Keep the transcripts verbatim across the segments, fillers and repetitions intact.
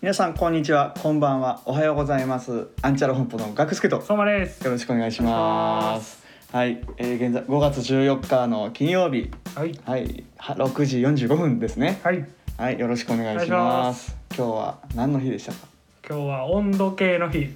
皆さんこんにちは、こんばんは、おはようございます。アンチャラ本舗のガクスケと相馬です。 よろしくお願いします。はい、えー、現在ごがつじゅうよっかの金曜日、 はい、 はい、ろくじよんじゅうごふんですね。 はい、 はい、よろしくお願いします。今日は何の日でしたか？ 今日は温度計の日。い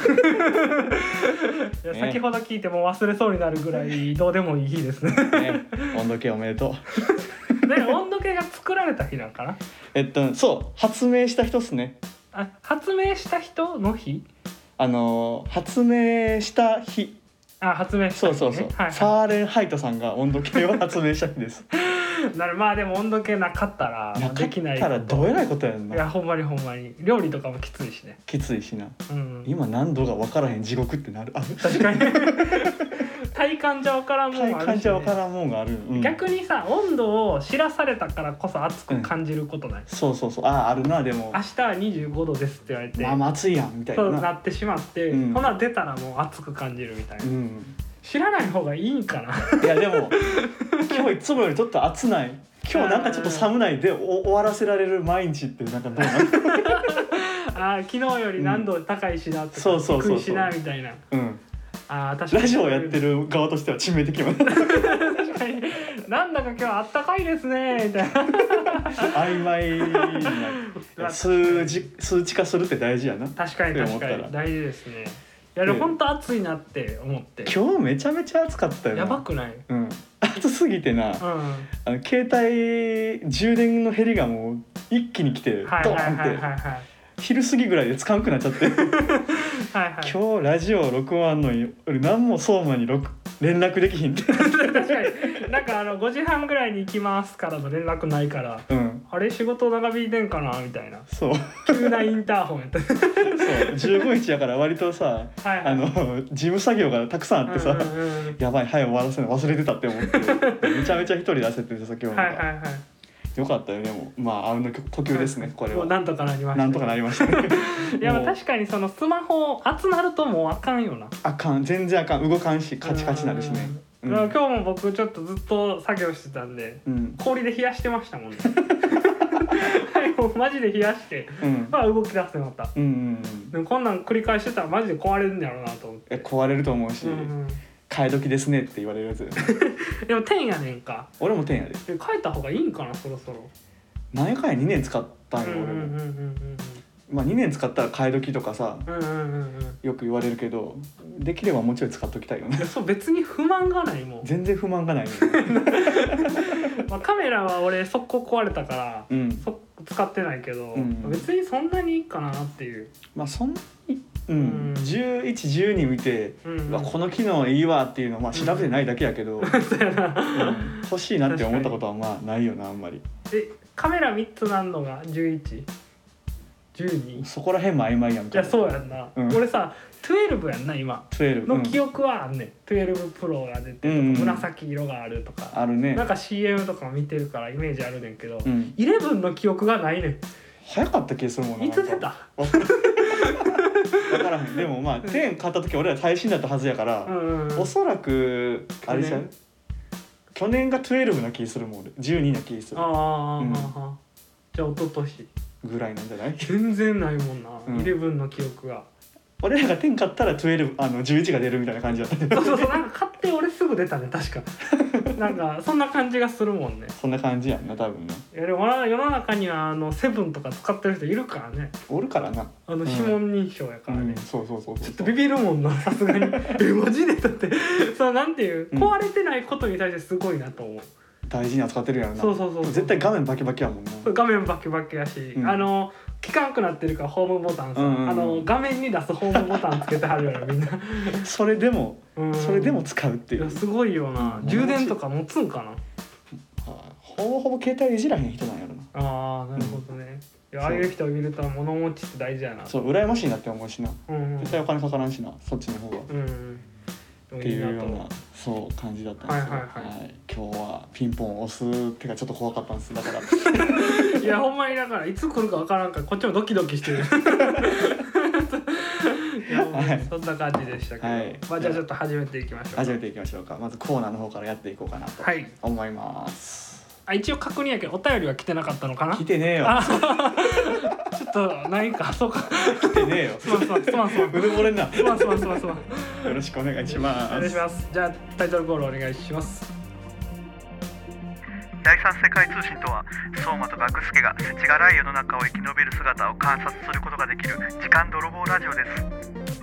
や、ね、先ほど聞いても忘れそうになるぐらいどうでもいい日ですね。 ね、温度計おめでとう。 ね、温度計が作られた日なんかな。 えっとそう発明した人っすね。 あ、発明した人の日？ あの発明した日。 あ、発明した日、ね、 そうそうそう、はいはい、サーレンハイトさんが温度計を発明した日です。 なる、まあでも温度計なかったらできない。 なかったらどうえらいことやんな。 いや、ほんまにほんまに料理とかもきついしね。 きついしな、 うん、 今何度が分からへん地獄ってなる。ある確かに。体感じゃ分からんもんあるし、ね、 体感じゃ分からんもんがある、うん、 逆にさ、温度を知らされたからこそ暑く感じることない、うん、 そうそうそう、ああ、あるな。でも明日はにじゅうごどですって言われて、 まあまあ暑いやんみたいな、 そうなってしまって、うん、ほな出たらもう暑く感じるみたいな、うん、知らない方がいいんかな。 いやでも今日いつもよりちょっと暑ない、今日なんかちょっと寒ないで終わらせられる毎日ってなんかどうなの？ あ、昨日より何度高いしなとか、 そうそうそうそう、 低いしなみたいな、うん、あ、確かにラジオやってる側としては致命的な。 確かに、なんだか今日あったかいですねみたいな。 曖昧な数字、数値化するって大事やな。 確かに確かに大事ですね。いやでも本当暑いなって思って、 今日めちゃめちゃ暑かったよな。 やばくない？ うん、暑すぎてな、うん、あの携帯充電の減りがもう一気に来て、 はいドーンって、はいはいはいはい、昼過ぎぐらいで使わなくなっちゃって。はい、はい、今日ラジオ録音あんのに俺何も相馬に連絡できひんって。 確かに、なんかあのごじはんぐらいに行きますからの連絡ないから、うん、あれ仕事長引いてんかなみたいな。そう、急なインターホンやった。そう、 じゅうごにちやから割とさ、はい、はい、あの事務作業がたくさんあってさ、うんうんうん、やばい、早く終わらせるの忘れてたって思ってめちゃめちゃ一人で焦っててさ、今日は。はいはいはい、よかったよ。でもまああうんの呼吸ですね、うん、これは。 もうなんとかなりました、ね。 なんとかなりましたね。 いや、確かにそのスマホ熱なるともうあかんよな。 あかん、全然あかん、動かんしカチカチなるしね。 うん、今日も僕ちょっとずっと作業してたんで、うん、氷で冷やしてましたもんね。はい、もうマジで冷やして、うん、まあ動き出してまた、うんうんうん、でもこんなん繰り返してたらマジで壊れるんだろうなと思って。 え、壊れると思うし、うんうん、替え時ですねって言われるやつ。 でも天やねんか。 俺も天やで。 変えた方がいいんかな、そろそろ。 何回にねん使ったんよ、俺も。うんうんうんうん、まあにねん使ったら替え時とかさ、うんうんうんうん、よく言われるけど、できればもうちょい使っときたいよね。いや、 そう、別に不満がないもん。 全然不満がないよ。 まあカメラは俺速攻壊れたから、うん、そ使ってないけど、うん、別にそんなにいいかなっていう。まあそんなに、うんうん、じゅういち、じゅうに見て、うんうん、この機能いいわっていうのはまあ調べてないだけやけど、うんうん、欲しいなって思ったことはまあないよな、あんまり。え、カメラみっつなんのがじゅういち、じゅうに、そこら辺も曖昧やんか。いや、そうやんな、うん、俺さじゅうにやんな今。じゅうにの記憶はあんねん、うん、じゅうにプロが出てとか、うんうん、紫色があるとかあるね。なんか シーエム とかも見てるからイメージあるねんけど、うん、じゅういちの記憶がないねん。早かった気するもんな。いつ出た？分からへん。でもまあじゅう買った時俺ら耐震だったはずやから、うんうん、おそらくあれじゃん、去年がじゅうにな気するもん俺。じゅうにな気する。ああ、うん、じゃあ一昨年ぐらいなんじゃない？全然ないもんな、うん、じゅういちの記憶が。俺らがじゅう買ったらじゅうに、あのじゅういちが出るみたいな感じだったね。そうそうそう、なんか買って俺すぐ出たね、確か。なんかそんな感じがするもんね。そんな感じやんな、多分ね。いやでも世の中にはあのセブンとか使ってる人いるからね。おるからな。あの指紋認証やからね、うんうん、そうそうそうそう。ちょっとビビるもんな、さすがに。え、マジで？だってさ、なんていう、壊れてないことに対してすごいなと思う。大事に扱ってるやんな。そうそうそうそう、絶対画面バキバキやもんな。画面バキバキやし、うん、あの効かんくなってるからホームボタンさ、うんうんうん、あの画面に出すホームボタンつけてはるやろみんな。それでも、うん、それでも使うっていう。いやすごいよな、うん、充電とか持つんかな。ほぼほぼ携帯いじらへん人なんやろな。ああ、なるほどね、うん、いや、ああいう人を見ると物持ちって大事やな。そう、羨ましいなって思うしな、うんうん、絶対お金かからんしな、そっちの方が、うんうん、っていうような、そう感じだったんですよ。はいはいはい、はい、今日はピンポンを押す手がちょっと怖かったんです、だから。いや、ほんまにだからいつ来るかわからんからこっちもドキドキしてる。いや、はい、そんな感じでしたけど、はい、まあ、じゃあちょっと始めていきましょうか。始めていきましょうか。まずコーナーの方からやっていこうかなと思います。はい、 あ一応確認やけどお便りは来てなかったのかな。 来てねえよ。 ちょっとないか。そうか来てねえよ。 すまんすまんすまんすまん。 うぬぼれんな。 すまんすまんすまんすまん。 よろしくお願いします。 お願いします。じゃあタイトルコールお願いします。 第三世界通信とは、相馬と学助が世知辛い世の中を生き延びる姿を観察することができる時間泥棒ラジオです。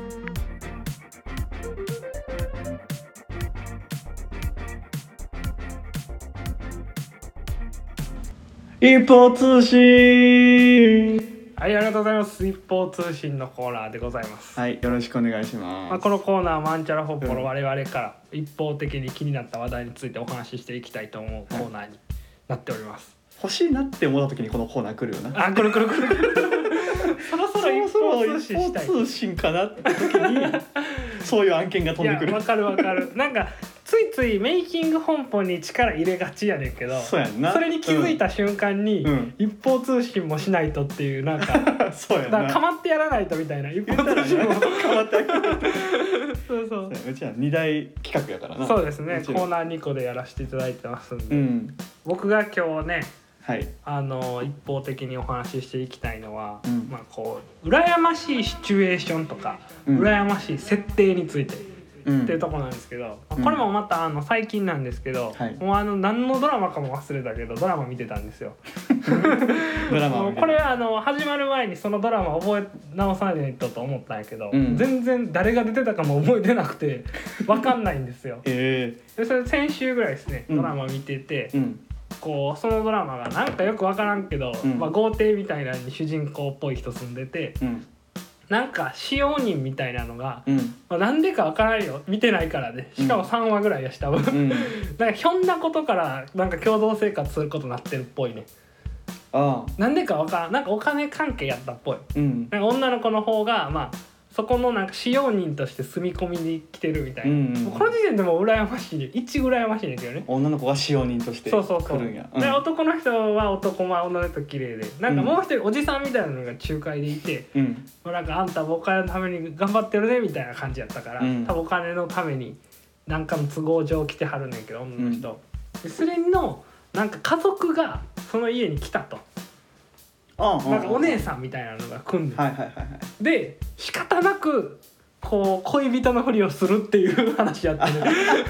一方通信。 はい、ありがとうございます。一方通信のコーナーでございます。 はい、よろしくお願いします。 まあ、このコーナーマンチャラホッポの我々から一方的に気になった話題についてお話ししていきたいと思うコーナーになっております。 欲しいなって思った時にこのコーナー来るよな。 あ、来る来る来る来る。そろそろ一方通信したい。 一方通信かなって時にそういう案件が飛んでくる。 いや、わかるわかる。なんかついついメイキング本舗に力入れがちやねんけど、 そうやんな。 それに気づいた瞬間に、うん、一方通信もしないとっていうなんかそうやな。 だからかまってやらないとみたいな。一方通信もかまってあげる。そうそう。 うちはに大企画やからな。 そうですね。コーナーにこでやらせていただいてますんで、うん、僕が今日ね。はい、あの一方的にお話ししていきたいのは、うん、まあこう羨ましいシチュエーションとか、うん、羨ましい設定について、うん、っていうところなんですけど、うん、これもまたあの最近なんですけど、はい、もうあの何のドラマかも忘れたけどドラマ見てたんですよ。ドラマこれあの始まる前にそのドラマ覚え直さないとと思ったんやけど、うん、全然誰が出てたかも覚えてなくて分かんないんですよ。えー、でそれ先週ぐらいですね、ドラマ見てて。うん、こうそのドラマがなんかよく分からんけど、うん、まあ、豪邸みたいなのに主人公っぽい人住んでて、うん、なんか使用人みたいなのが、うん、まあ、なんでか分からんよ、見てないからで、しかもさんわぐらいやし多分、うん、なんかひょんなことからなんか共同生活することになってるっぽいね。ああ、なんでか分からん、なんかお金関係やったっぽい、うん、なんか女の子の方がまあそこのなんか使用人として住み込みに来てるみたいな、うんうん、この時点でも羨ましいね、一羨ましいねんけどね。 女の子が使用人として来るんや。そうそうそう、 うん、で男の人は男前、女の人綺麗で、なんかもう一人おじさんみたいなのが仲介でいて、うん、なんかあんたお金のために頑張ってるねみたいな感じやったから、うん、多分お金のために何かの都合上来てはるねんけど女の人、うん、でそれのなんか家族がその家に来たと。なんかお姉さんみたいなのが来んねん、はいはいはいはい、で仕方なくこう恋人のふりをするっていう話やってる。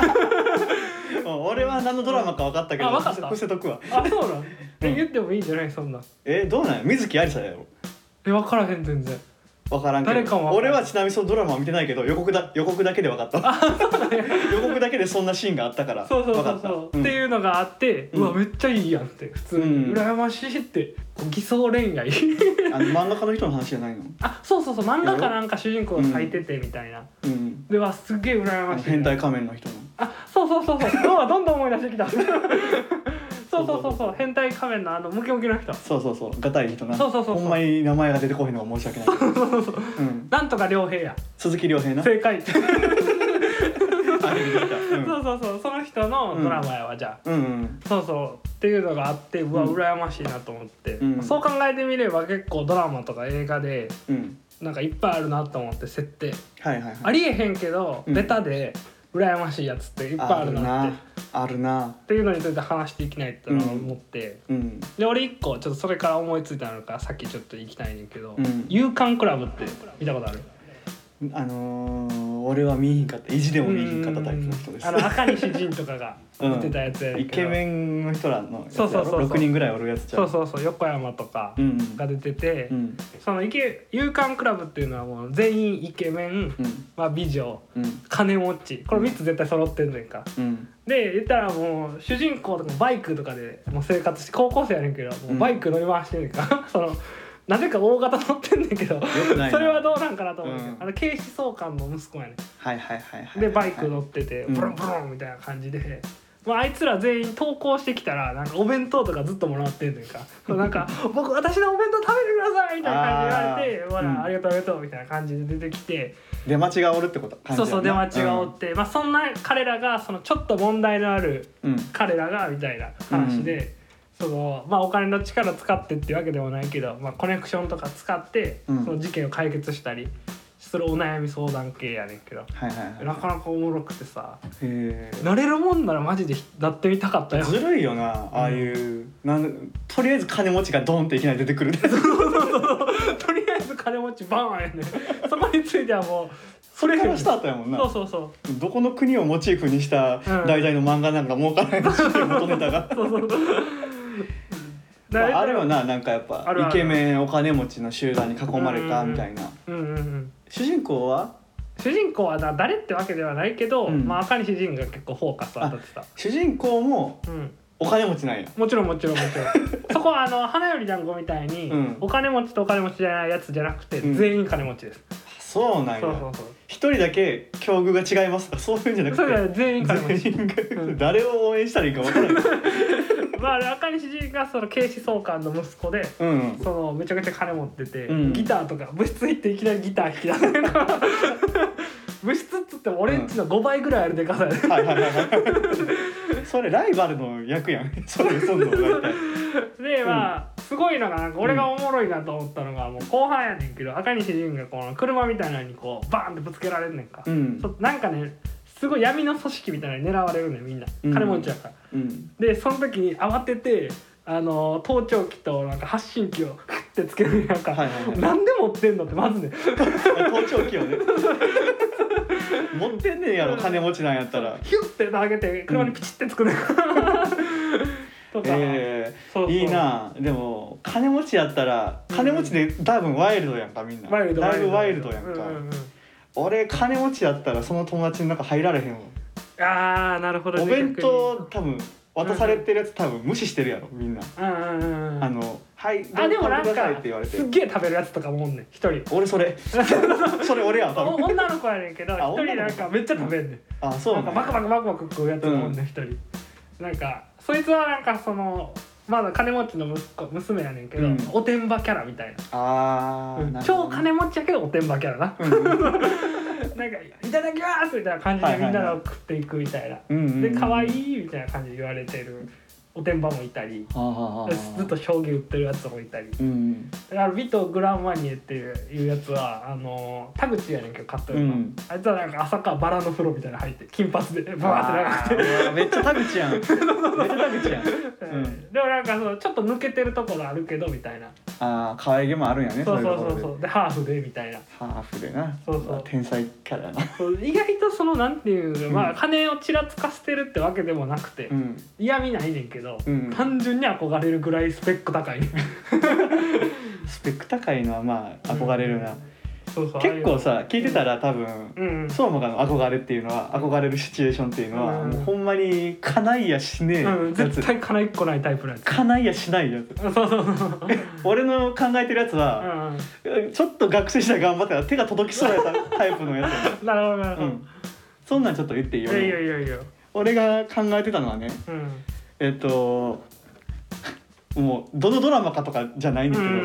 俺は何のドラマか分かったけど、 あ、分かった、 伏せとくわ。 あ、そうなん、え、言ってもいいんじゃない、そんな。 え、どうなんや、水木有沙やろ。 え、分からへん、全然分からんけど、誰かも俺はちなみにそのドラマは見てないけど予告だ予告だけで分かった。予告だけでそんなシーンがあったからそうそうそうそう、うん、っていうのがあって、うん、うわめっちゃいいやんって普通に、うん、羨ましいって偽装恋愛。 あの漫画家の人の話じゃないの？ あ、そうそうそう、漫画かなんか主人公が書いててみたいな、うん、ではすげえ羨ましい。 変態仮面の人の。 あ、そうそうそうそう、うわどんどん思い出してきた。そうそうそうそう、変態仮面のあのムキムキの人。 そうそうそう、ガタイ人な。 そうそうそうそう、 ほんまに名前が出てこへんのが申し訳ない。そうそうそう、 うん、なんとか良平や。 鈴木亮平な。 正解。あれ見てきた、うん、そうそうそう、その人のドラマやわ、うん、じゃあ、うんうん、そうそうっていうのがあって、うわ羨ましいなと思って、うん、そう考えてみれば結構ドラマとか映画で、うん、なんかいっぱいあるなと思って設定、はいはいはい、ありえへんけど、うん、ベタで羨ましいやつっていっぱいあるなって。 あるなっていうのについて話していきないと思って、うんうん、で俺一個ちょっとそれから思いついたのからさっきちょっと行きたいねんけど、うん、夕刊クラブって見たことある？ あのー、俺は見えへんかった、意地でも見えへんかったタイプの人です。 あの赤西仁とかが出てたやつやけど、 イケメンの人らのやつやろ。そうそうそうそう、ろくにんぐらいおるやつちゃう。 そうそうそう、横山とかが出てて、うんうん、そのイケ夕刊クラブっていうのはもう全員イケメン、うん、まあ、美女、うん、金持ち、これみっつ絶対揃ってんねんか、うん、で言ったらもう主人公とかバイクとかでもう生活して高校生やねんけど、もうバイク乗り回してんねんか、そのなぜか大型乗ってんねんけど、それはどうなんかなと思うけど、うん、あの警視総監の息子やねん。はいはいはいはい。でバイク乗っててブロンブロンみたいな感じで、まあ、あいつら全員登校してきたらなんかお弁当とかずっともらってんねんか。なんか僕私のお弁当食べてくださいみたいな感じで言われて、わらありがとうありがとうみたいな感じで出てきて。 出待ちがおるってこと？ そうそう、出待ちがおって、うん、まあそんな彼らがそのちょっと問題のある彼らがみたいな話で。うん、そのまあ、お金の力使ってっていうわけでもないけど、まあ、コネクションとか使ってその事件を解決したりするお悩み相談系やねんけど、 はいはいはい、 なかなかおもろくてさ、 へなれるもんならマジでなってみたかったよ。 ずるいよなああいう、うん、なんとりあえず金持ちがドンっていきなり出てくるそうそうそうとりあえず金持ちバーンやねそこについてはもうそれからスタートやもんな。 そうそうそう。 どこの国をモチーフにした題材の漫画なんか儲からないし、うん、元ネタがそうそうまあ、あるよな、なんかやっぱあるあるイケメンお金持ちの集団に囲まれたみたいな、うんうんうん、主人公は主人公は誰ってわけではないけど、うん、まあ赤西仁が結構フォーカス当たってた。 主人公もお金持ちなんや。 もちろんもちろんもちろんそこはあの花より団子みたいに、うん、お金持ちとお金持ちじゃないやつじゃなくて、うん、全員金持ちです。 そうなんや。そうそうそう。一人だけ境遇が違いますとかそういうんじゃなくて、 そう全員金持ち。全員が、 うん、誰を応援したらいいか分からないまあ、赤西仁がその警視総監の息子で、うん、そのめちゃくちゃ金持ってて、うん、ギターとか部室行っていきなりギター弾き出す部室っつっても俺んちのごばいぐらいあるでかさやで、はいはいはいはいそれライバルの役やんそれそんの大体でまあ、うん、すごいのがなんか俺がおもろいなと思ったのがもう後半やねんけど、赤西仁がこの車みたいなのにこうバーンってぶつけられんねんか、うん、なんかねすごい闇の組織みたいなのに狙われるねみんな金持ちやから、うん、でその時に慌ててあの盗聴器となんか発信機をフッてつけるんやんか、はいはいはい、なんで持ってんのってまずね盗聴器をね持ってんねんやろ金持ちなんやったらヒュッて投げて車にピチってつくねん、うんとか、えー、そうそういいな。でも金持ちやったら金持ちで多分ワイルドやんかみんな、うん、だいぶワイルドやんか、うんうんうん、俺金持ちやったらその友達の中入られへんわ。 あーなるほど、ね、 お弁当多分渡されてるやつ多分無視してるやろみんな、うんうんうん、あのはいどうぞ食べてくださいって言われてすっげえ食べるやつとかもおんねん一人。 俺それそれ俺や多分女の子やねんけど一人なんかめっちゃ食べんねん。 あそうなんかバクバクバクバク食うやつもおんねん一人、うん、なんかそいつはなんかそのまだ金持ちの息子娘やねんけど、うん、おてんばキャラみたいな。あ、うん、超金持ちやけどおてんばキャラな、うん、なんかいただきますみたいな感じでみんなの食っていくみたいな、はいはいはい、で可愛いみたいな感じで言われてるおてんばもいたり、はあはあ、ずっと将棋売ってるやつもいたり、うん、だからビト・グランマニエっていうやつはあの田口やねんけど買ったのが、うん、あいつはなんか朝からバラの風呂みたいなの入って金髪でバーって流してめっちゃ田口やんめっちゃ田口やん、 うん、でもなんかそのちょっと抜けてるところあるけどみたいな、 ああ可愛げもあるんやね。 そうそうそうそうでハーフでみたいな、 ハーフでな、そうそう天才キャラやな意外とそのなんていう、まあ金をちらつかせてるってわけでもなくて、うん、嫌味ないねんけど、うん、単純に憧れるぐらいスペック高いスペック高いのはまあ憧れるな、うん、そうそう結構さ聞いてたら多分、うん、相馬がの憧れっていうのは憧れるシチュエーションっていうのは、うん、もうほんまに叶いやしねえやつ、 うん、絶対叶いっこないタイプのやつ、 叶いやしないやつそうそうそう俺の考えてるやつは、うん、ちょっと学生時代頑張ったら手が届きそうやったタイプのやつなるほどなるほど、うん、 そんなんちょっと言っていいよ。 いやいやいやいや俺が考えてたのはね、うん、えっともうどのドラマかとかじゃないんだけど、うん、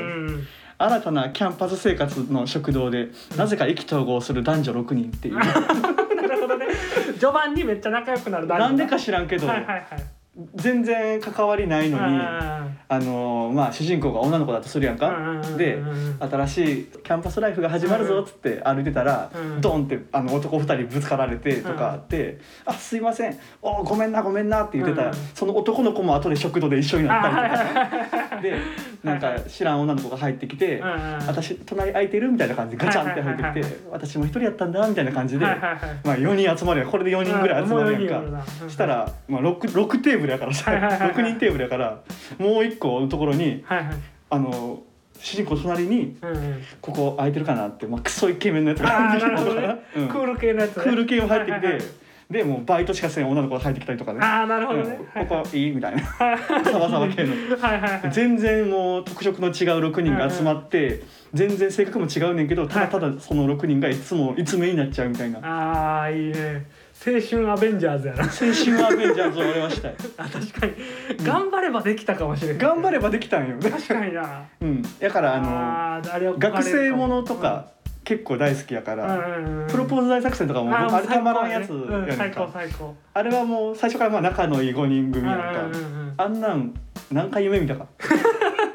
新たなキャンパス生活の食堂で、うん、なぜか意気投合する男女ろくにんっていうなるほどね序盤にめっちゃ仲良くなる男女なんでか知らんけど、はいはいはい、全然関わりないのに、あのまあ主人公が女の子だとするやんか。で新しいキャンパスライフが始まるぞっつって歩いてたら、ドンってあの男ふたりぶつかられてとかあって「あすいませんおごめんなごめんな」って言ってたら、その男の子も後で食堂で一緒になったりとかでなんか知らん女の子が入ってきて「私隣空いてる?」みたいな感じでガチャンって入ってきて「私も一人やったんだ」みたいな感じでまあよにん集まるやん。これでよにんぐらい集まるやんか。したらまあ 6, ろくテーブルやからさろくにんテーブルやからもう一個のところにあの主人公隣にここ空いてるかなって、まあ、クソイケメンのやつが入ってきたとか、ねうん、クール系のやつ、ね、 クール系も入ってきて、はいはいはい、でもうバイトしかせん女の子が入ってきたりとかね。 ああなるほどね、 うん、ここいいみたいなサバサバ系のはいはい、はい、全然もう特色の違うろくにんが集まって、はいはい、全然性格も違うねんけどただただそのろくにんがいつもいつめになっちゃうみたいな。 ああいいね。青春アベンジャーズやな。青春アベンジャーズを俺はしたいあ確かに、うん、頑張ればできたかもしれない。 頑張ればできたんよ。 確かにな。 うんだからあのあ学生ものとか、うん、結構大好きやから、うんうんうん、プロポーズ大作戦とかもあれたまらんやつやねんか、うん、最高最高。あれはもう最初からまあ仲のいいごにん組やんか、うんうんうん、あんなん何回夢見たか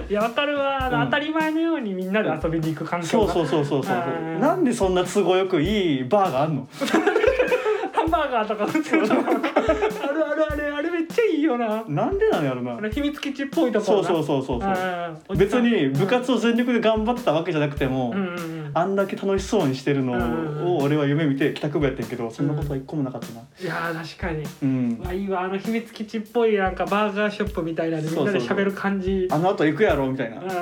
いやわかるわ、うん、当たり前のようにみんなで遊びに行く環境が、そうそうそうそうそう、なんでそんな都合よくいいバーがあんのハンバーガーとか売ってるあるあるあれあれめっちゃいいよな。 なんでなんやろな、 あれ秘密基地っぽいところな。 そうそうそうそうそう、別に部活を全力で頑張ってたわけじゃなくても、うんうんうん、あんだけ楽しそうにしてるのを俺は夢見て帰宅部やってんけど、そんなことは一個もなかったな、うん、 いや確かに、 うん、 まあいいわ、あの秘密基地っぽいなんかバーガーショップみたいなでみんなで喋る感じ、そうそうそう、 あの後行くやろみたいな、うん、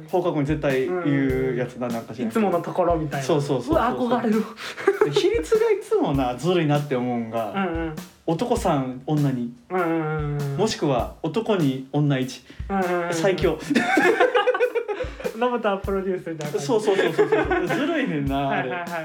放課後に絶対言うやつな、なんかいつものところみたいな、 そうそうそうそう、 うわ憧れる比率がいつもなずるいなって思うんが、うんうん、男さん女に、うんうんうん、もしくは男に女いち、うんうんうん、最強ノブタプロデュースみたいな、 そうそうそうそうそうずるいねんなあれ、はいはいはいはい、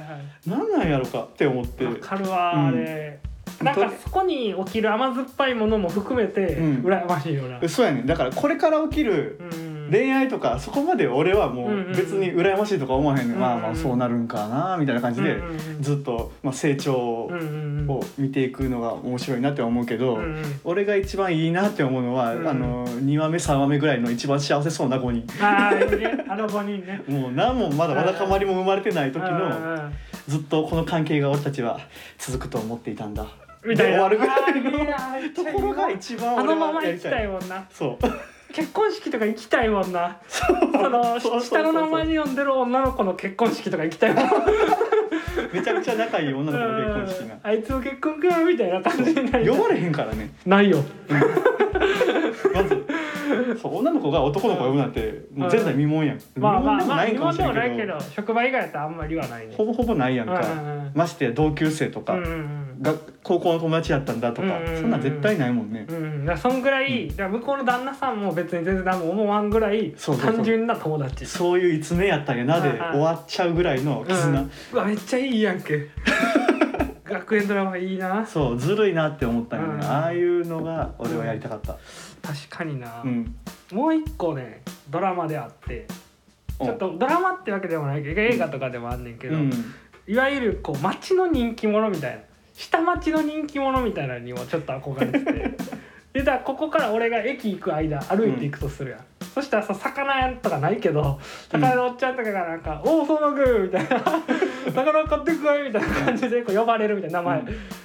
なんなんやろかって思って、 わかるわ、うん、あれなんかそこに起きる甘酸っぱいものも含めて羨ましいよな、 うん、そうやねん、だからこれから起きる恋愛とかそこまで俺はもう別に羨ましいとか思わへんねん、うんうん、まあまあそうなるんかなみたいな感じでずっとまあ成長を見ていくのが面白いなって思うけど、うんうん、俺が一番いいなって思うのは、うん、あのにわめさんわめぐらいの一番幸せそうなごにん、 ああいいね、あのごにんねもう何もまだわだかまりも生まれてない時のずっとこの関係が俺たちは続くと思っていたんだみたいな、終わるぐらいのところが一番俺はやりたい。 あのまま行きたいもんな。 そう結婚式とか行きたいもんな。その下の名前に呼んでる女の子の結婚式とか行きたいもんめちゃくちゃ仲いい女の子の結婚式があいつの結婚かみたいな感じになり呼ばれへんからね。 ないよまずそう女の子が男の子を呼ぶなんてもう前代未聞やん。 まあまあまあ未聞でもないけど職場以外だとあんまりはないね。 ほぼほぼないやんか。ましてや同級生とか、うんうん、が高校の友達やったんだとか、うんうん、そんなん絶対ないもんね。 うん、だそんぐらい、うん、だ向こうの旦那さんも別に全然何も思わんぐらい単純な友達。 そういういつめやったんやなで終わっちゃうぐらいの絆。うん、 うわめっちゃいいやんけ。学園ドラマいいな。 そうずるいなって思ったよね、うん、ああいうのが俺はやりたかった、うん、 確かにな、うん、もう一個ねドラマであってちょっとドラマってわけでもないけど映画とかでもあんねんけど、うん、いわゆるこう街の人気者みたいな下町の人気者みたいなのにもちょっと憧れててでだここから俺が駅行く間歩いていくとするやん、うん、そしたらさ魚屋とかないけど魚のおっちゃんとかがなんか「おお相馬くん」みたいな「魚買ってくい」みたいな感じでこう呼ばれるみたいな名前、うん、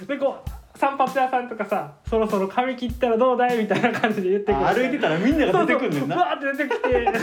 でこう散髪屋さんとかさそろそろ髪切ったらどうだいみたいな感じで言ってくる。 歩いてたらみんなが出てくんねんな。 そうそうバーって出てき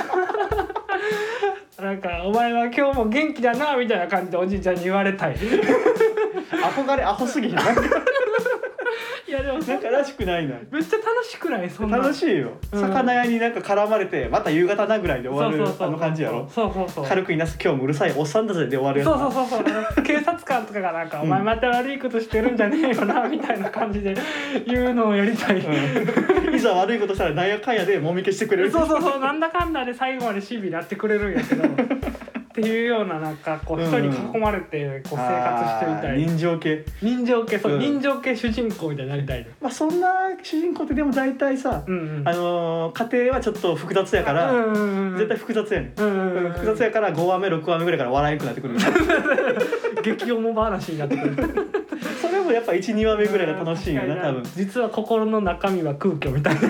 てなんかお前は今日も元気だなみたいな感じでおじいちゃんに言われたい。 憧れアホすぎひん。 いやでもなんからしくないな。 めっちゃ楽しくないそんな。 楽しいよ、うん、魚屋になんか絡まれてまた夕方なぐらいで終わる。そうそうそうそうあの感じやろ。 そうそうそう軽くいなす今日もうるさいおっさんたちで終わるやつ。 そうそうそうそう警察官とかがなんか、うん、お前また悪いことしてるんじゃねえよなみたいな感じで言うのをやりたい、 うん、いざ悪いことしたらなんやかんやでもみ消してくれる。 そうそうそうなんだかんだで最後までシビやってくれるんやけどっていうようななんかこう人に囲まれてこう生活してみたい、 うん、人情系人情系そう、うん、人情系主人公みたいになりたい、ね、 まあそんな主人公ってでも大体さ、うんうん、あのー、家庭はちょっと複雑やから、うんうんうん、絶対複雑やね、うんうんうん、複雑やからごわめろくわめぐらいから笑えなくなってくる激重話になってくるそれもやっぱいちにわめぐらいが楽しいんやな多分。 実は心の中身は空虚みたいな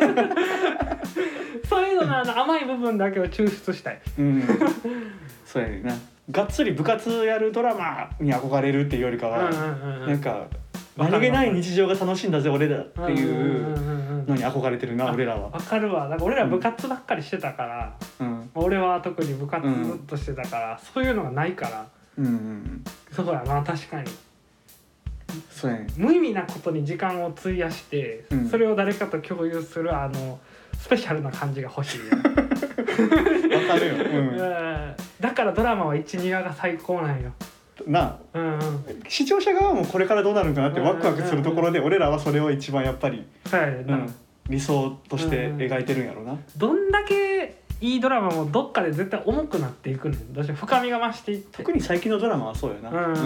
そういうののあの甘い部分だけを抽出したい、うんそうやねんな。がっつり部活やるドラマに憧れるっていうよりかは、うんうんうん、なんか何気ない日常が楽しいんだぜ俺らっていうのに憧れてるな、うんうんうん、俺らは。 わかるわ。なんか俺ら部活ばっかりしてたから、うん、俺は特に部活ずっとしてたから、うん、そういうのがないから、うんうん、そうやな確かに。 そうやね、 無意味なことに時間を費やして、うん、それを誰かと共有するあのスペシャルな感じが欲しいわかるよ、うん、 だからドラマはいち、にわが最高なんよなあ、うんうん、視聴者側もこれからどうなるんかなってワクワクするところで、俺らはそれを一番やっぱり、うん、理想として描いてるんやろうな、うん、 どんだけいいドラマもどっかで絶対重くなっていくねん。どうしても深みが増していって特に最近のドラマはそうよな、うんうん、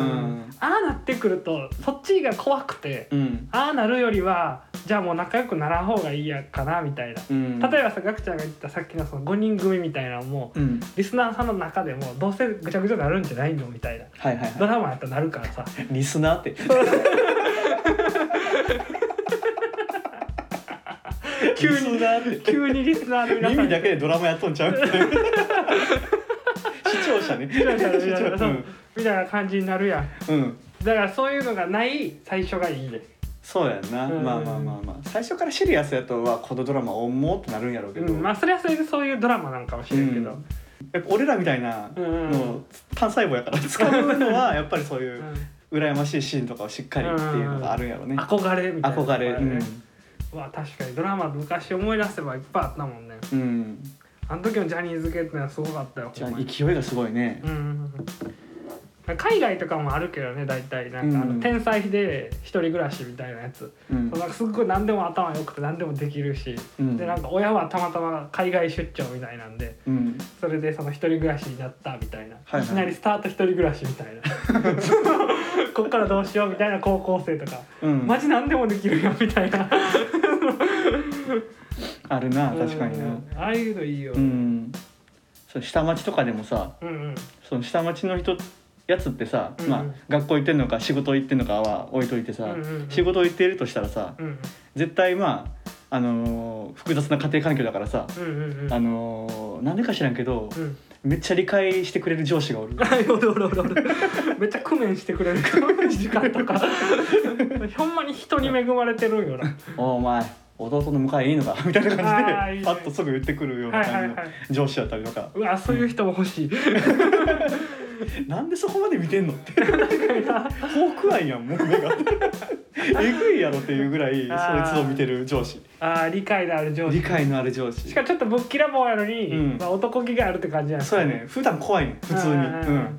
ああなってくるとそっちが怖くて、うん、ああなるよりはじゃあもう仲良くならん方がいいやかなみたいな、うん、例えばさガクちゃんが言ったさっきのそのごにん組みたいなのも、うん、リスナーさんの中でもどうせぐちゃぐちゃなるんじゃないのみたいな、はいはいはい、ドラマやったらなるからさリスナーって急に急にリスナーの皆さん耳だけでドラマやっとんちゃう視聴者ね視聴者みたいな、うん、みたいな感じになるやん、うん、だからそういうのがない最初がいいね。 そうやんな、うん、まあまあまあまあ最初からシリアスやとはこのドラマ重ってなるんやろうけど、 うん、まあそれはそれでそういうドラマなんかもしれんけど、うん、 やっぱ俺らみたいなの単細胞やから使うのはやっぱりそういう羨ましいシーンとかをしっかりっていうのがあるんやろうね、うん、 憧れみたいな、 憧れ、うん、 うわ確かにドラマ昔思い出せばいっぱいあったもんね、うん、あの時のジャニーズ系ってのはすごかったよ。 じゃあ勢いがすごいね、うん、 海外とかもあるけどね大体なんかあの、うん、天才で一人暮らしみたいなやつ、うん、なんかすっごい何でも頭良くて何でもできるし、うん、でなんか親はたまたま海外出張みたいなんで、うん、それでその一人暮らしになったみたいな、はいはい、いきなりスタート一人暮らしみたいなこっからどうしようみたいな高校生とか、うん、マジ何でもできるよみたいなあるな確かにな、 うん、ああいうのいいよ、 うん、そう下町とかでもさ、うんうん、その下町の人やつってさ、うんうん、まあ、学校行ってんのか仕事行ってんのかは置いといてさ、うんうんうん、仕事行ってるとしたらさ、うんうん、絶対まあ、あのー、複雑な家庭環境だからさ、うんうんうん、あのー、なんでか知らんけど、うん、めっちゃ理解してくれる上司がおるめっちゃ工面してくれる時間とかほんまに人に恵まれてるんよなお前弟の迎えいいのかみたいな感じでいい、ね、パッとすぐ言ってくるような感じの上司だったりとか、はいはいはい、うわそういう人も欲しいなんでそこまで見てんのってホークアイやんもう目がえぐいやろっていうぐらいそいつを見てる上司。 ああ理解のある上司。 理解のある上司。 しかもちょっとぶっきらぼうやのに、うん、まあ、男気があるって感じやん。 そうやね。普段怖いね普通に。うん。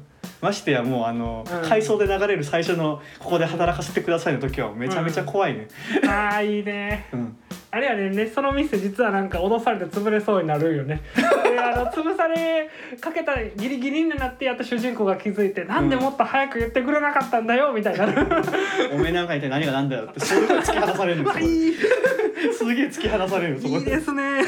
ましてやもうあの、うん、回想で流れる最初のここで働かせてくださいの時はめちゃめちゃ怖いね。 うん、ああいいね。うん。あれやね、その店実はなんか脅されて潰れそうになるよねであの潰されかけたギリギリになってやっと主人公が気づいて、うん、なんでもっと早く言ってくれなかったんだよみたいなおめえなんか一体何がなんだよってそれが突き放されるんですよいいすげえ突き放されるそこいいですね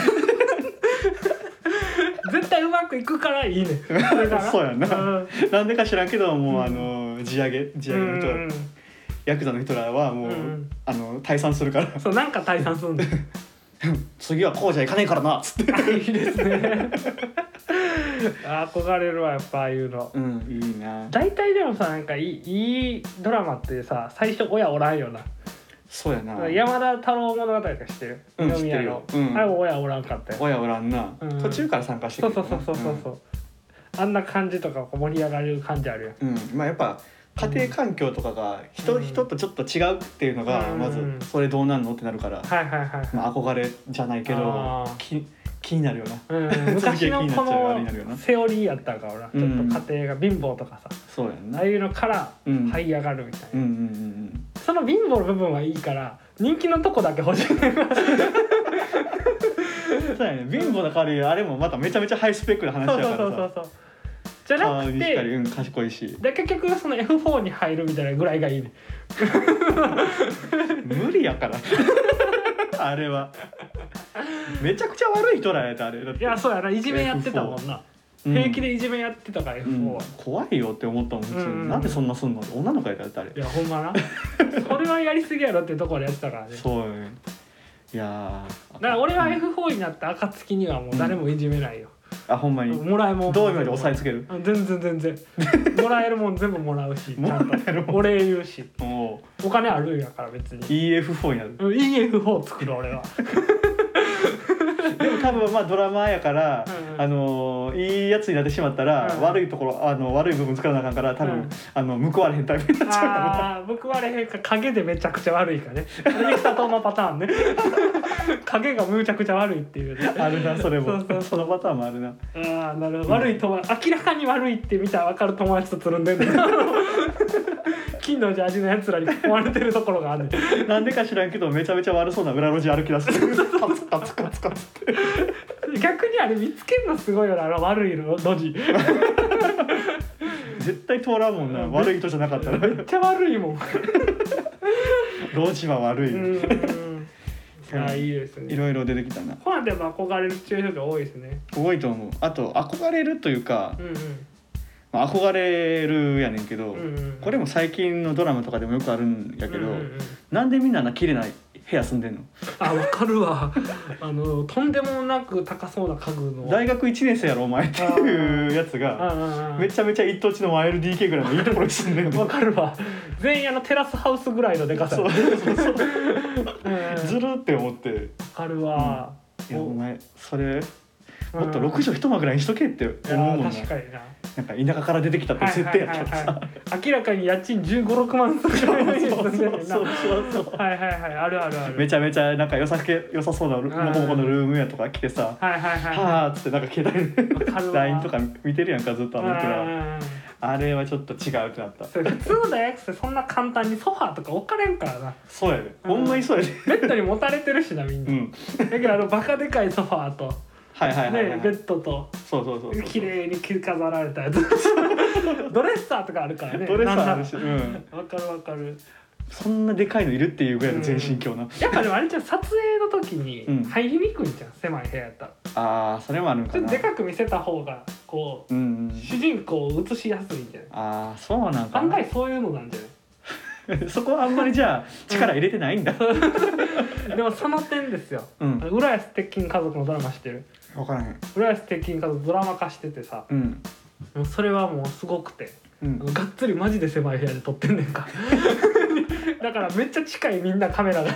絶対うまくいくからいいねそれがそうやな、うん、なんでか知らんけどもう、うん、あの地上げ地上げの人、うん、ヤクザの人らはもう、うん、あの退散するからそうなんか退散するんだ次はこうじゃいかねえからなっつっていいですね憧れるわやっぱああいうの、 うん、いいな。 大体でもさなんかいい、いいドラマってさ最初親おらんよな。 そうやな。 山田太郎物語とか知ってる？ うん、知ってるよ、 うん、あれも親おらんかったよ。 親おらんな、うん、途中から参加してくる、 そうそうそうそうそう、うん、あんな感じとか盛り上がる感じあるやん、うん、まあやっぱ家庭環境とかが人、うん、人とちょっと違うっていうのがまずそれどうなんのってなるから、はいはいはいはい、まあ、憧れじゃないけど気、気になるよな、うん、 昔のこのセオリーやったからな、うん、ちょっと家庭が貧乏とかさ、 そうやんな、 ああいうのから這い上がるみたいな、うんうんうんうん、その貧乏の部分はいいから人気のとこだけ欲しいそうやね、貧乏な代わりあれもまためちゃめちゃハイスペックな話だからさ、そうそうそうそう、 じゃなくて、 うん、賢いしで結局その エフフォー に入るみたいなぐらいがいいね無理やからあれはめちゃくちゃ悪い人らやったあれだって。 いやそうやな、いじめやってたもんな、うん、平気でいじめやってたから エフフォー は、うん、 怖いよって思ったもん普通に、うんうん、なんでそんなすんの女の子やったらあれ。 いやほんまなそれはやりすぎやろっていうところでやってたからね。 そうよね。いやだから俺は エフフォー になった暁にはもう誰もいじめないよ、 うん、あほんまにもらえもんどういうので押さえつける。 全然全然もらえるもん全部もらうしちゃんとお礼言うしお, お金あるんやから別にイーエフフォー になる。 イーエフフォー 作る俺はでも多分まあドラマやから、うんうん、あのいいやつになってしまったら、うん、悪いところあの悪い部分作らなあかんから多分、うん、あの報われへんタイプになっちゃうから。 あ報われへんか影でめちゃくちゃ悪いかね生田斗真パターンね影がむちゃくちゃ悪いっていうねあるなそれも。そうそうそう、そのパターンもあるな。 あなるほど、うん、悪い友達明らかに悪いって見たら分かる友達とつるんでんねん金のジャージのやつらに囲まれてるところがあるねんなんでか知らんけどめちゃめちゃ悪そうな裏路地歩き出すカツカツカツカツって逆にあれ見つけるのすごいよな、あの悪い路地絶対通らんもんな、悪い人じゃなかったら。 めっちゃ悪いもん路地は悪い。 うんあいいですね。 いろいろ出てきたな。 ファンでも憧れるシチュエーションが多いですね。 多いと思う。あと憧れるというか、うんうん、まあ、憧れるやねんけど、うんうん、これも最近のドラマとかでもよくあるんやけど、うんうんうん、なんでみんなあんな綺麗な部部屋住んでんの。 あ、わかるわ。あのとんでもなく高そうな家具の大学いちねん生やろお前っていうやつがめちゃめちゃ一等地の ワンエルディーケー ぐらいのいいところに住んでんの。 わかるわ。全員あのテラスハウスぐらいのでかさ。 そうそうそうずるって思って。 わかるわ、 うん、いやお前それもっとろく畳一間ぐらいにしとけって思うもんな。 確かにな。 なんか田舎から出てきたって設定やったらさ、 明らかに家賃じゅうご、ろくまんするぐらいの家住んでるな。 そうそうそう。 はいはいはい、あるあるある。 めちゃめちゃなんか良さけ良さそうなモコモコのルームやとか来てさ、 はいはいはい、 はあっつってなんか携帯で ライン とか見てるやんかずっとあの人ら。あれはちょっと違うってなった。 普通の大学生そんな簡単にソファーとか置かれんからな。 そうやで、ほんまにそうやで。 ベッドに持たれてるしなみんな。うん、だけどあのバカでかいソファーと。 はいはいはい、はい、 ベッドとそうそうそうそう綺麗に飾られたやつドレッサーとかあるからね。 ドレッサーあるし、うん、 分かる分かる。 そんなでかいのいるっていうぐらいの全身鏡な、 うん、やっぱでもあれじゃん、撮影の時に入りにくいんじゃん、うん、狭い部屋やったら。 ああそれもあるんかな。 ちょっとでかく見せた方がこう、うんうん、主人公を映しやすいんじゃない。 ああそうなんかな。 案外そういうのなんじゃないそこはあんまりじゃあ力入れてないんだ、 うん、でもその点ですよ、うん、浦安鉄筋家族のドラマ知ってる？ 分からへん。 浦安鉄筋家族ドラマ化しててさ、うん、もうそれはもうすごくて、うん、がっつりマジで狭い部屋で撮ってんねんかだからめっちゃ近いみんなカメラが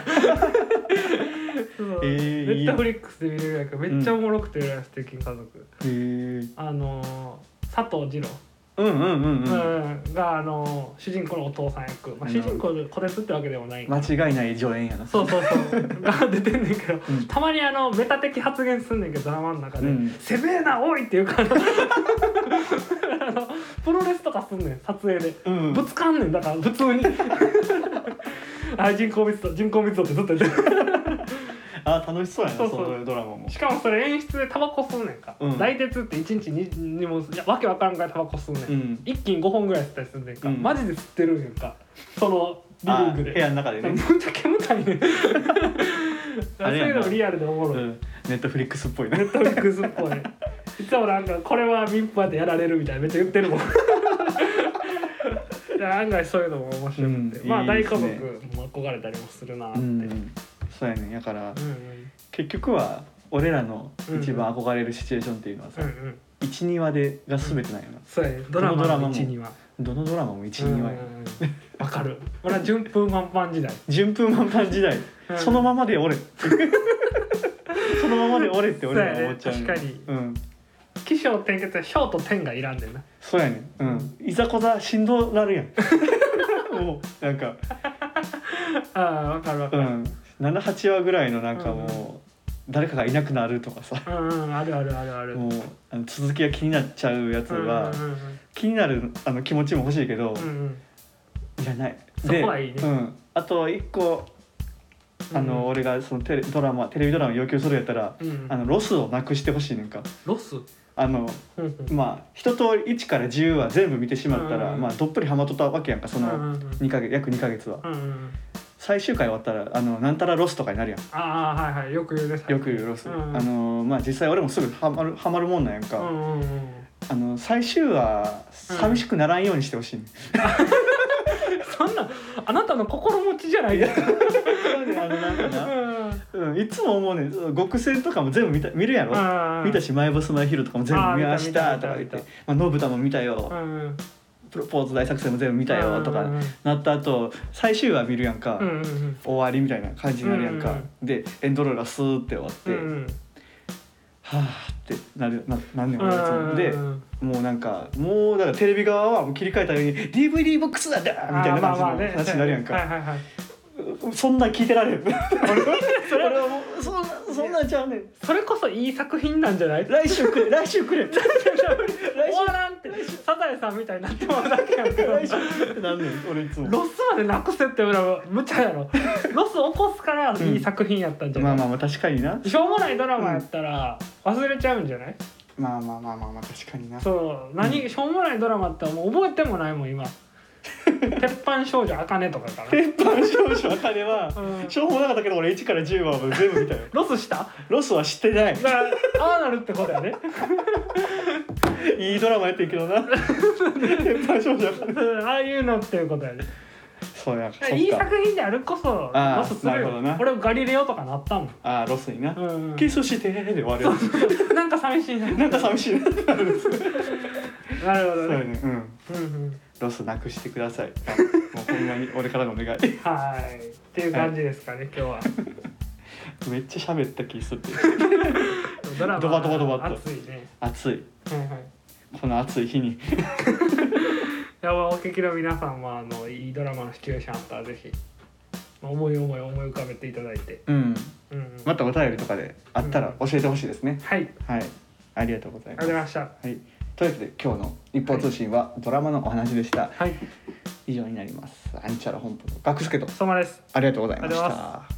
ネットフリックスで見れるやんか。めっちゃおもろくて、浦安鉄筋家族、えー、あのー、佐藤二朗うんうんうんうん、 うん、があの主人公のお父さん役、まあ、主人公でこてつってわけでもない間違いない助演やな。 そうそうそうが出てんねんけど、うん、たまにあのメタ的発言すんねんけどドラマの中で「うん、せべえなおい!」っていうかあのプロレスとかすんねん撮影で、うん、ぶつかんねんだから普通にあ人口密度人口密度ってずっと言ってるあ楽しそうやな。そうそう、そういうドラマも。 しかもそれ演出でタバコ吸うねんか、うん、大鉄っていちにち に, にもいやわけわからんぐらいタバコ吸うねん、うん、一気にごほんぐらい吸ったりするねんか、うん、マジで吸ってるんやんかそのリビングで部屋の中でね。 むちゃ煙たいねんそういうのもリアルでおもろい、うん、 ネットフリックスっぽいな。 ネットフリックスっぽいいつもなんかこれは民放でやられるみたいなめっちゃ言ってるもん案外そういうのも面白くて、うん、まあ大家族も憧れたりもするなって、うん、 そうやねん。やから、うんうん、結局は俺らの一番憧れるシチュエーションっていうのはさ、うんうん、いち、にわでが全てなんやな、うん、 そうやね。ドラマもいち、にわどのドラマもいち、にわやわかる。俺は順風満帆時代順風満帆時代、うん、そのままで俺そのままで俺って俺は思っちゃう、ね、 確かに、うん、起承転結は小と点がいらんでな。 そうやねん、うん、いざこざしんどなるやんもうなんかああ分かる分かる、うん、 なな、はちわぐらいのなんかもう、うん、誰かがいなくなるとかさ、 うんうん、あるあるあるある。 もうあの続きが気になっちゃうやつは、うんうんうん、気になるあの気持ちも欲しいけど、うんうん、いらない。 そこはいいね。 うん、あと一個あの、うん、俺がそのテレドラマテレビドラマ要求するやったら、うん、あのロスをなくしてほしいねんか。 ロス？ あの、うんうん、まあ一通りいちからじゅうわ全部見てしまったら、うんうん、まあどっぷりハマっとったわけやんかそのにかげつ、約にかげつは、うんうん、最終回終わったらあのなんたらロスとかになるやん。 ああはいはいよく言うね。 よく言うロス、うんうん、あのまあ実際俺もすぐハマるハマるもんなんやんか、うんうんうん、あの最終話寂しくならんようにしてほしい、ね、 そんなあなたの心持ちじゃないですかあのなんかな、うん、いつも思うね極戦とかも全部見た見るやろ。見たしマイボスマイヒルとかも全部見ましたとか言ってまあ、信太も見たよ、うん、プロポーズ大作戦も全部見たよとかなった後最終話見るやんか、うんうんうん、終わりみたいな感じになるやんか、うんうんうん、でエンドロールがスーって終わって、うんうん、はぁってなるななんねん俺いつもでもうなんかもうだからテレビ側はもう切り替えたように ディーブイディー ボックスだみたいな感じの話になるやんか、はいはいはい、そんなん聞いてられるそれはもうそんなそんなんちゃうねん。 それこそいい作品なんじゃない？ 来週くれ来週くれ終わらんってサザエさんみたいになってもらうだけやんか来週ってなんねん俺いつも。 ロスまでなくせって俺は無茶やろロス起こすからいい作品やったんじゃない、 うん、まあまあまあ確かにな。 しょうもないドラマやったら忘れちゃうんじゃない、 うん、まあまあまあまあまあ確かにな。 そう何、うん、しょうもないドラマってもう覚えてもないもん今鉄板少女あかねとかかな。 鉄板少女あかねは、うん、しょうもなかったけど俺いちからじゅうわ全部見たよロスした？ ロスは知ってない。 だからああなるってことやねいいドラマやってんけどな鉄板少女あかねああいうのっていうことやね。 そうやいい作品であるこそロスするよ。俺ガリレオとかなったもん。 ああロスにな、うんうん、キスしてで終わるやつなんか寂しいななんか寂しいななるほどね、 ね、うん、うんうん、ロスなくしてください。もうほんまに俺からのお願い。はいっていう感じですかね、はい、今日はめっちゃ喋った気するドラマドバドバドバっと熱いね。 熱い、 はいはい、 この暑い日にいやお聞きの皆さんもあのいいドラマのシチュエーションあったらぜひ思い思い思い浮かべていただいて、 うんうんうん、またお便りとかであったら教えてほしいですね、うん、 はい、 はい、ありがとうございます。 ありがとうございました、 はい、というわけで今日の一方通信はドラマのお話でした、 はい、 以上になります。アンチャラ本舗の学助と相馬です。 ありがとうございました。